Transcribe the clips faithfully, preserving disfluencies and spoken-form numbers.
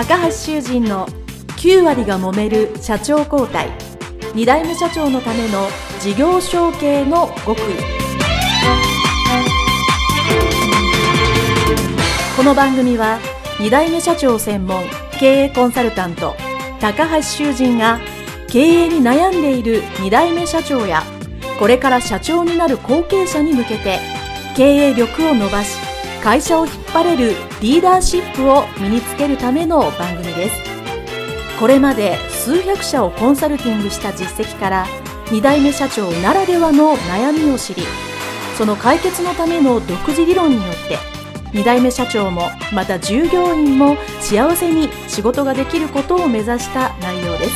高橋修人のきゅう割が揉める社長交代、に代目社長のための事業承継の極意。この番組はに代目社長専門経営コンサルタント高橋修人が経営に悩んでいるに代目社長やこれから社長になる後継者に向けて経営力を伸ばし会社を引っ張れるリーダーシップを身につけるための番組です。これまで数百社をコンサルティングした実績からに代目社長ならではの悩みを知り、その解決のための独自理論によってに代目社長もまた従業員も幸せに仕事ができることを目指した内容です。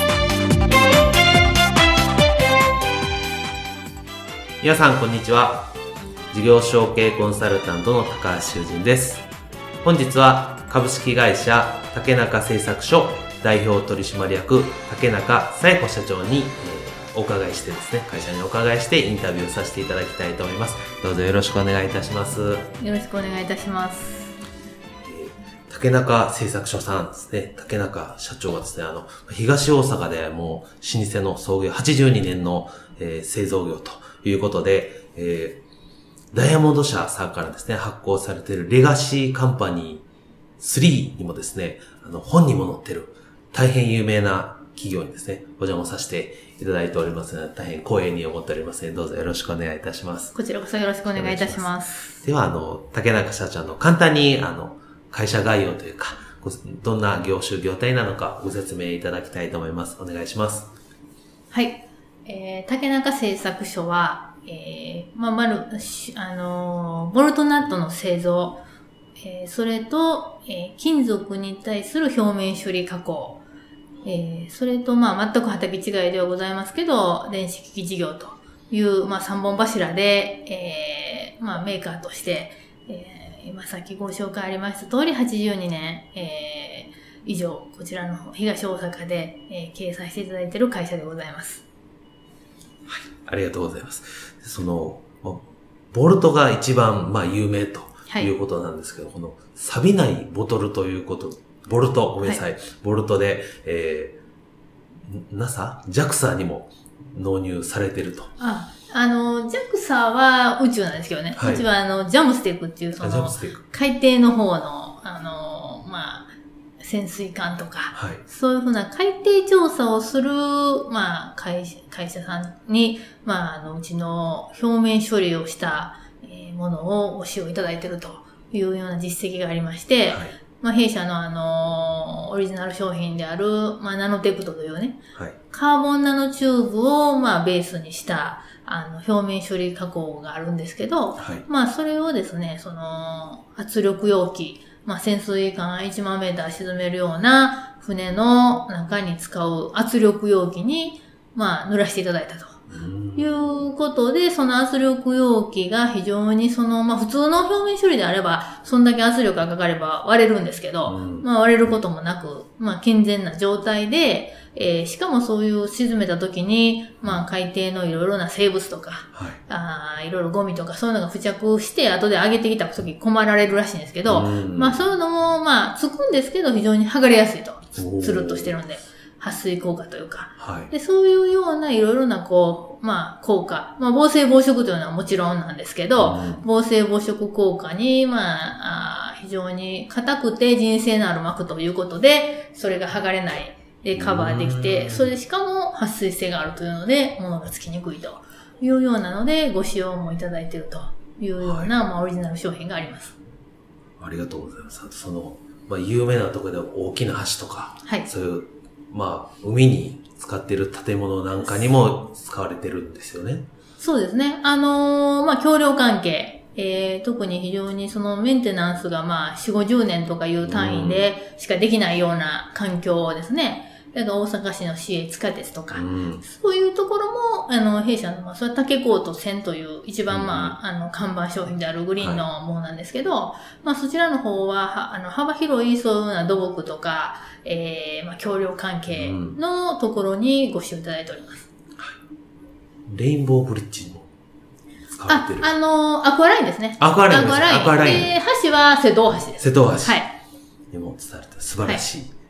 皆さんこんにちは。事業承継コンサルタントの高橋修人です。本日は株式会社竹中製作所代表取締役竹中紗耶子社長に、えー、お伺いしてですね、会社にお伺いしてインタビューさせていただきたいと思います。どうぞよろしくお願いいたします。よろしくお願いいたします。 えー、竹中製作所さんですね、竹中社長はですね、あの東大阪でもう老舗の創業はちじゅうにねんの、えー、製造業ということで、えーダイヤモンド社さんからですね、発行されているレガシーカンパニースリーにもですね、あの本にも載っている大変有名な企業にですね、お邪魔させていただいておりますので、大変光栄に思っておりますので、どうぞよろしくお願いいたします。 こちらこそよろしくお願いいたします。 では、あの、竹中社長の簡単に、あの、会社概要というか、どんな業種業態なのかご説明いただきたいと思います。お願いします。 はい。えー、竹中製作所は、えー、まあ、まる、あのー、ボルトナットの製造、えー、それと、えー、金属に対する表面処理加工、えー、それと、まあ、全く畑違いではございますけど、電子機器事業という、まあ、三本柱で、えー、まあ、メーカーとして、えー、今さっきご紹介ありました通り、はちじゅうにねん、えー、以上、こちらの東大阪で、えー、経営させていただいている会社でございます。 はい、ありがとうございます。その、ボルトが一番、まあ、有名ということなんですけど、はい、この、錆びないボトルということ、ボルト、ごめんなさい、はい、ボルトで、えー、ナサ?ジャクサ にも納入されていると。 あ、あの、ジャクサ は宇宙なんですけどね。はい、うちは、あの、ジャムステックっていう、その、海底の方の、あの、まあ、潜水艦とか、はい、そういうふうな海底調査をする、まあ、会社、会社さんに、まあ、あの、うちの表面処理をした、えー、ものをご使用いただいているというような実績がありまして、はい、まあ、弊社のあの、オリジナル商品である、まあ、ナノテクトというね、はい、カーボンナノチューブを、まあ、ベースにした、あの、表面処理加工があるんですけど、はい、まあ、それをですね、その、圧力容器、まあ、潜水艦いちまんメーター沈めるような船の中に使う圧力容器に、まあ、塗らせていただいたと。いうことで、その圧力容器が非常にその、まあ、普通の表面処理であれば、そんだけ圧力がかかれば割れるんですけど、まあ、割れることもなく、まあ、健全な状態で、えー、しかもそういう沈めた時に、まあ、海底のいろいろな生物とか、はい、あいろいろゴミとかそういうのが付着して、後で上げてきた時困られるらしいんですけど、まあ、そういうのも、まあ、つくんですけど、非常に剥がれやすいと。つるっとしてるんで。撥水効果というか、はい、でそういうようないろいろなこう、まあ効果、まあ防水防食というのはもちろんなんですけど、うん、防水防食効果に、まあ、あ非常に硬くて人性のある膜ということで、それが剥がれないでカバーできて、それでしかも撥水性があるというので、物がつきにくいというようなので、ご使用もいただいているというような、はい、まあオリジナル商品があります。 ありがとうございます。その、まあ有名なところで大きな橋とか、はい、そういうまあ、海に使っている建物なんかにも使われてるんですよね。 そうですね。あのー、まあ、橋梁関係、えー、特に非常にそのメンテナンスがまあ、よんじゅう、ごじゅうねんとかいう単位でしかできないような環境ですね。だから大阪市の市営地下鉄とか、うん、そういうところも、あの、弊社の、まあ、それは竹コートせんという一番まあ、うん、あの、看板商品であるグリーンのものなんですけど、はい、まあ、そちらの方は、あの、幅広いそういうような土木とか、えー、まあ、橋梁関係のところにご使用いただいております。 うん、はい。レインボーブリッジも使われてる。 あ、あの、アクアラインですね。 アクアラインですね。 アクアライン。で、橋は瀬戸大橋です。 瀬戸大橋。 はい。 にも伝われて素晴らしい。はい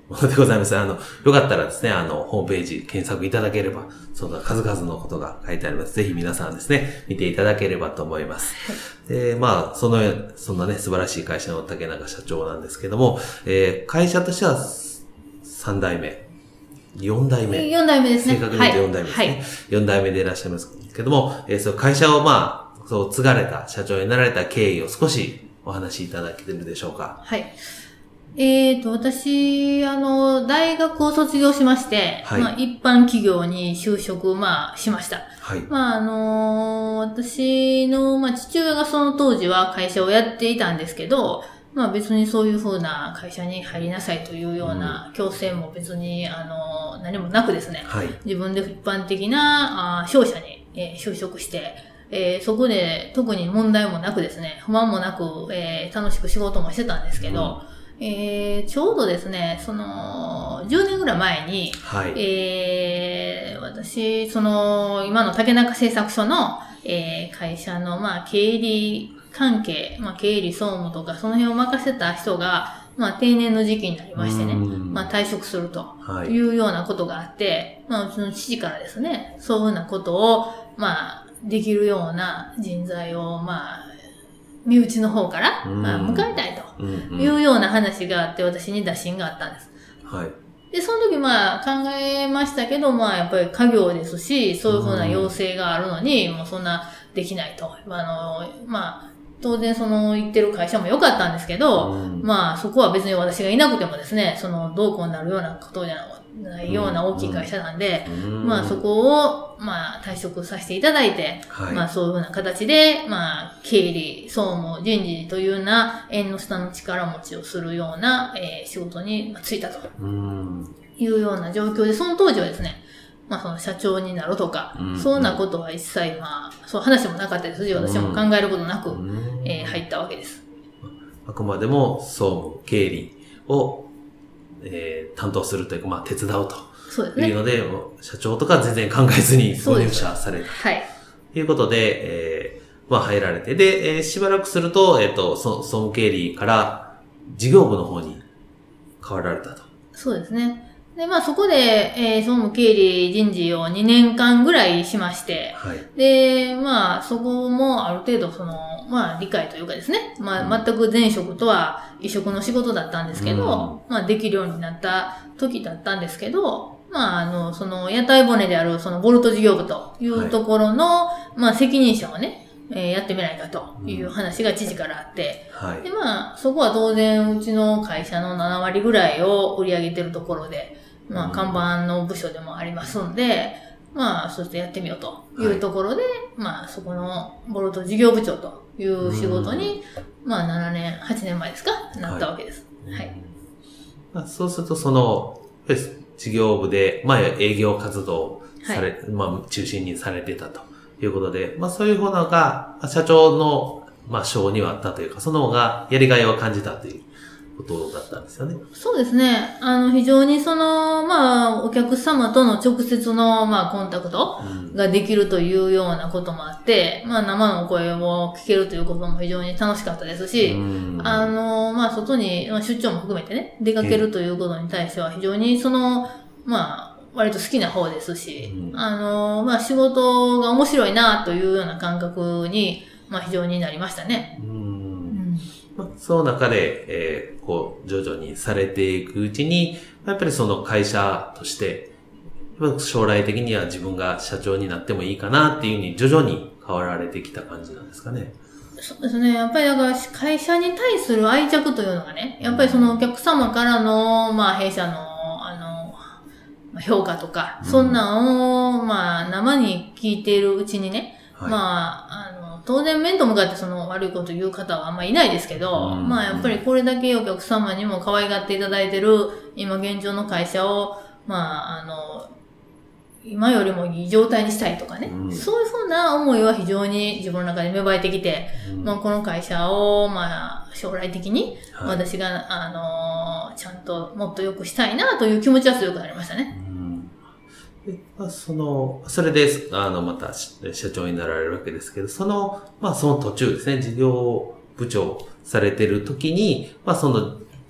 ものでございます。あの、よかったらですね、あの、ホームページ検索いただければ、そんな数々のことが書いてあります。ぜひ皆さんですね、見ていただければと思います。で、まあ、その、そんなね、素晴らしい会社の竹中社長なんですけども、えー、会社としてはさん代目。よん代目。 よん代目ですね。 正確に言うとよん代目ですね。はい、よん代目でいらっしゃいますけども、えー、その会社をまあ、そう、継がれた、社長になられた経緯を少しお話しいただけるでしょうか。 はい。えーと、私、あの、大学を卒業しまして、はい、まあ、一般企業に就職、まあ、しました。はい。まあ、あの、私の、まあ、父親がその当時は会社をやっていたんですけど、まあ別にそういう風な会社に入りなさいというような強制も別に、あの、何もなくですね、はい、自分で一般的なあ商社に、えー、就職して、えー、そこで特に問題もなくですね、不満もなく、えー、楽しく仕事もしてたんですけど、うん、えー、ちょうどですね、その、じゅうねんぐらい前に、はい、えー、私、その、今の竹中製作所の、えー、会社の、まあ、経理関係、まあ、経理総務とか、その辺を任せた人が、まあ、定年の時期になりましてね、まあ、退職するというようなことがあって、はい、まあ、うちの父からですね、そういうふうなことを、まあ、できるような人材を、まあ、身内の方から、まあ、迎えたいというような話があって、私に打診があったんです。はい。で、その時まあ考えましたけど、まあやっぱり家業ですし、そういうふうな要請があるのに、もうそんなできないと。あの、まあ、当然その行ってる会社も良かったんですけど、まあそこは別に私がいなくてもですね、そのどうこうなるようなことじゃないような大きい会社なんで、まあそこをまあ退職させていただいて、はい、まあそういうふうな形で、まあ経理、総務、人事というような縁の下の力持ちをするような、えー、仕事に就いたというような状況で、その当時はですね、まあその社長になるとか、うん、そんなことは一切まあ、そう話もなかったですし、私も考えることなく、うん、えー、入ったわけです。 あくまでも総務、経理を、えー、担当するというか、まあ手伝うと。そうですね。いうので、社長とか全然考えずにご入社された。はい。ということで、えー、まあ入られて、で、えー、しばらくすると、えっ、ー、と、総務経理から事業部の方に変わられたと。 そうですね。で、まあそこで、えー、総務経理人事をにねんかんぐらいしまして、はい、で、まあそこもある程度その、まあ理解というかですね、まあ全く前職とは異職の仕事だったんですけど、うん、まあできるようになった時だったんですけど、まああの、その屋台骨であるそのボルト事業部というところの、はい、まあ責任者をね、えー、やってみないかという話が知事からあって、うんはい、でまあそこは当然うちの会社のななわりぐらいを売り上げてるところで、まあ、看板の部署でもありますんで、まあ、そしてやってみようというところで、はい、まあ、そこのボルト事業部長という仕事に、まあ、ななねん、はちねんまえですか、なったわけです。はい。はい、 まあ、そうすると、その、事業部で、まあ、営業活動され、はい、まあ、中心にされてたということで、まあ、そういうものが、社長の、まあ、賞にはあったというか、その方がやりがいを感じたという。ことだったんですよね。 そうですね。あの、非常にその、まあ、お客様との直接の、まあ、コンタクトができるというようなこともあって、うん、まあ、生の声を聞けるということも非常に楽しかったですし、うん、あの、まあ、外に、まあ、出張も含めてね、出かけるということに対しては非常にその、まあ、割と好きな方ですし、うん、あの、まあ、仕事が面白いなというような感覚に、まあ、非常になりましたね。うんその中で、えー、こう、徐々にされていくうちに、やっぱりその会社として、将来的には自分が社長になってもいいかなっていうふうに徐々に変わられてきた感じなんですかね。 そうですね。やっぱりだから会社に対する愛着というのがね、やっぱりそのお客様からの、まあ弊社の、あの、評価とか、そんなんを、まあ生に聞いているうちにね、はい、まあ、あの、当然面と向かってその悪いこと言う方はあんまりいないですけど、うん、まあやっぱりこれだけお客様にも可愛がっていただいてる今現状の会社を、まああの、今よりもいい状態にしたいとかね、うん、そういうふうな思いは非常に自分の中で芽生えてきて、うん、まあこの会社を、まあ将来的に私が、はい、あの、ちゃんともっと良くしたいなという気持ちは強くなりましたね。 でまあ、その、それで、あの、また、社長になられるわけですけど、その、まあ、その途中ですね、事業部長されてる時に、まあ、その、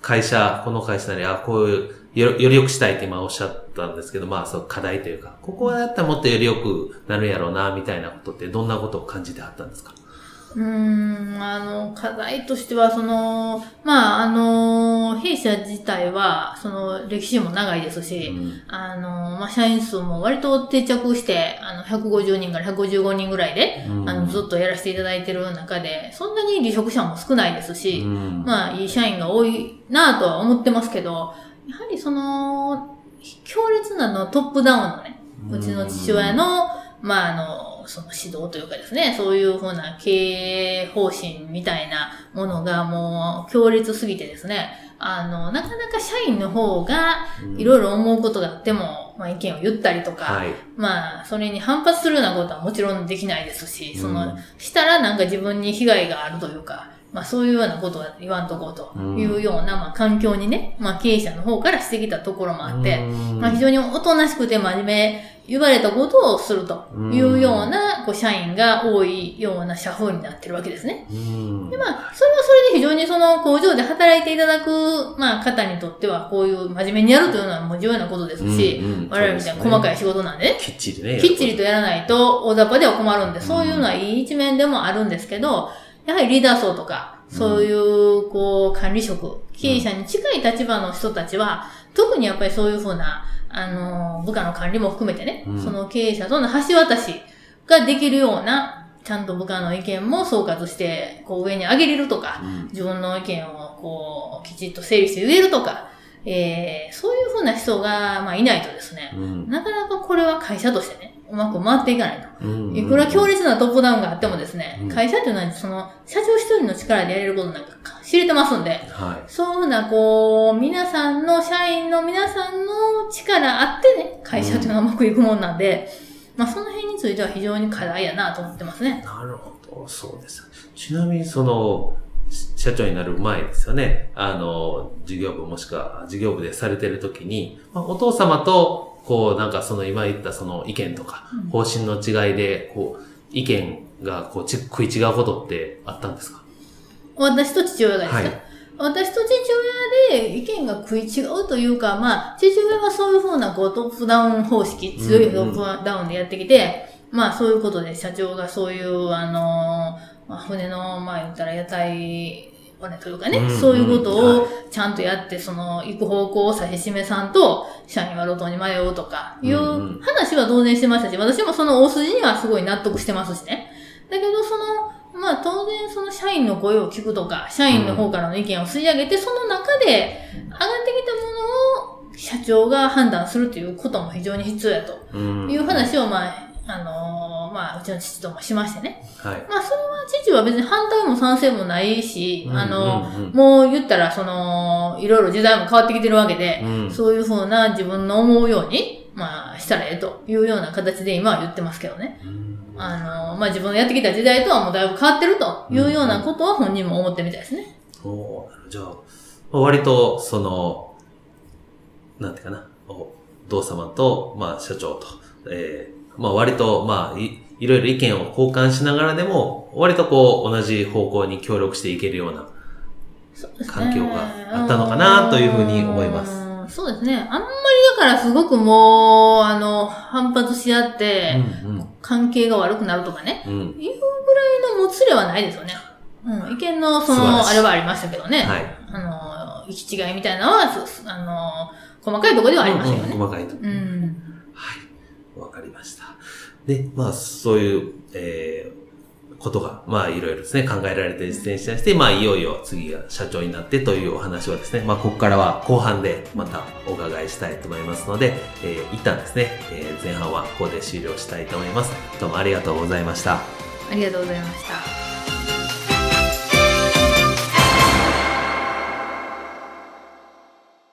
会社、この会社なり、あ、こういうよ、より良くしたいって今おっしゃったんですけど、まあ、そう、課題というか、ここはやったらもっとより良くなるやろうな、みたいなことって、どんなことを感じてはったんですか？ うーん、あの、課題としては、その、まあ、あの、弊社自体は、その、歴史も長いですし、うん、あの、まあ、社員数も割と定着して、あの、ひゃくごじゅうにんからひゃくごじゅうごにんぐらいで、うん、あの、ずっとやらせていただいてる中で、そんなに離職者も少ないですし、うん、まあ、いい社員が多いなぁとは思ってますけど、やはりその、強烈なのトップダウンのね、うちの父親の、まあ、あの、その指導というかですね、そういうふうな経営方針みたいなものがもう強烈すぎてですね、あの、なかなか社員の方がいろいろ思うことがあっても、まあ意見を言ったりとか、はい、まあそれに反発するようなことはもちろんできないですし、その、したらなんか自分に被害があるというか、まあそういうようなことは言わんとこうというような、まあ環境にね、まあ経営者の方からしてきたところもあって、まあ非常におとなしくて真面目、言われたことをするというような、こう、社員が多いような社風になってるわけですね。で、まあ、それはそれで非常にその工場で働いていただく、まあ、方にとっては、こういう真面目にやるというのはもう重要なことですし、うんうん、我々みたいな細かい仕事なんで、ね、 きっちりね。 きっちりとやらないと大雑把では困るんで、そういうのはいい一面でもあるんですけど、やはりリーダー層とか、そういう、こう、管理職、経営者に近い立場の人たちは、特にやっぱりそういうふうな、あの、部下の管理も含めてね、うん、その経営者との橋渡しができるような、ちゃんと部下の意見も総括して、こう上に上げれるとか、うん、自分の意見をこう、きちっと整理して言えるとか、えー、そういうふうな人が、まあいないとですね、うん、なかなかこれは会社としてね、うまく回っていかないと。うんうん、いくら強烈なトップダウンがあってもですね、うん、会社っていうのはその、社長一人の力でやれることなんか知れてますんで、はい、そういうふうなこう、皆さんの、社員の皆さんの力あってね、会社っていうのはうまくいくもんなんで、うん、まあその辺については非常に課題やなと思ってますね。 なるほど、そうです。ちなみにその、社長になる前ですよね。あの、事業部もしくは事業部でされてるときに、まあ、お父様と、こう、なんかその今言ったその意見とか、方針の違いで、こう、意見がこうち食い違うことってあったんですか？ 私と父親がですか？はい、私と父親で意見が食い違うというか、まあ、父親はそういうふうなこうトップダウン方式、強いトップダウンでやってきて、うんうん、まあそういうことで社長がそういう、あの、まあ、船の、まあ言ったら屋台、というかね、うんうん、そういうことをちゃんとやって、その、行く方向を指し示さんと、社員は路頭に迷うとか、いう話は当然してましたし、私もその大筋にはすごい納得してますしね。だけど、その、まあ当然その社員の声を聞くとか、社員の方からの意見を吸い上げて、その中で上がってきたものを社長が判断するということも非常に必要やという話を、まあ、あのー、まあ、うちの父ともしましてね。はい。まあ、それは父は別に反対も賛成もないし、うんうんうん、あの、もう言ったら、その、いろいろ時代も変わってきてるわけで、うん、そういうふうな自分の思うように、まあ、したらええというような形で今は言ってますけどね。うん、あの、まあ、自分のやってきた時代とはもうだいぶ変わってるというようなことは本人も思ってみたいですね。 うんうん、おー、じゃあ、割と、その、なんていうかな、お父様と、まあ、社長と、えーまあ割と、まあい、いろいろ意見を交換しながらでも、割とこう、同じ方向に協力していけるような環境があったのかなというふうに思います。 そうですね。あんまりだからすごくもう、あの、反発し合って、関係が悪くなるとかね、うん、いうぐらいのもつれはないですよね。うん、意見のその、あれはありましたけどね。はい。あの、行き違いみたいなのは、あの、細かいところではありましたよね。 うんうん、細かいところ。うん。はい。わかりました。で、まあ、そういう、えー、ことが、まあ、いろいろですね、考えられて実践しまして、まあ、いよいよ次が社長になってというお話はですね、まあ、ここからは後半でまたお伺いしたいと思いますので、えー、一旦ですね、えー、前半はここで終了したいと思います。どうもありがとうございました。 ありがとうございました。